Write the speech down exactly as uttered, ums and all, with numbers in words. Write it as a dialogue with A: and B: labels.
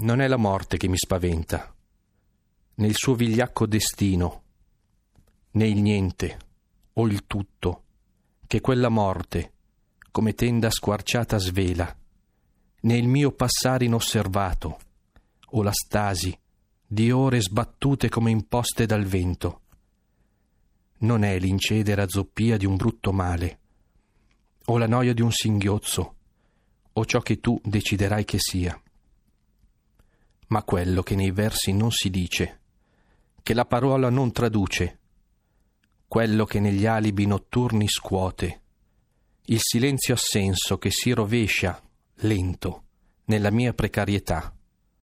A: Non è la morte che mi spaventa, né il suo vigliacco destino, né il niente o il tutto, che quella morte, come tenda squarciata svela, né il mio passare inosservato, o la stasi di ore sbattute come imposte dal vento. Non è l'incedere a zoppia di un brutto male, o la noia di un singhiozzo, o ciò che tu deciderai che sia. Ma quello che nei versi non si dice, che la parola non traduce, quello che negli alibi notturni scuote, il silenzio assenso che si rovescia, lento, nella mia precarietà.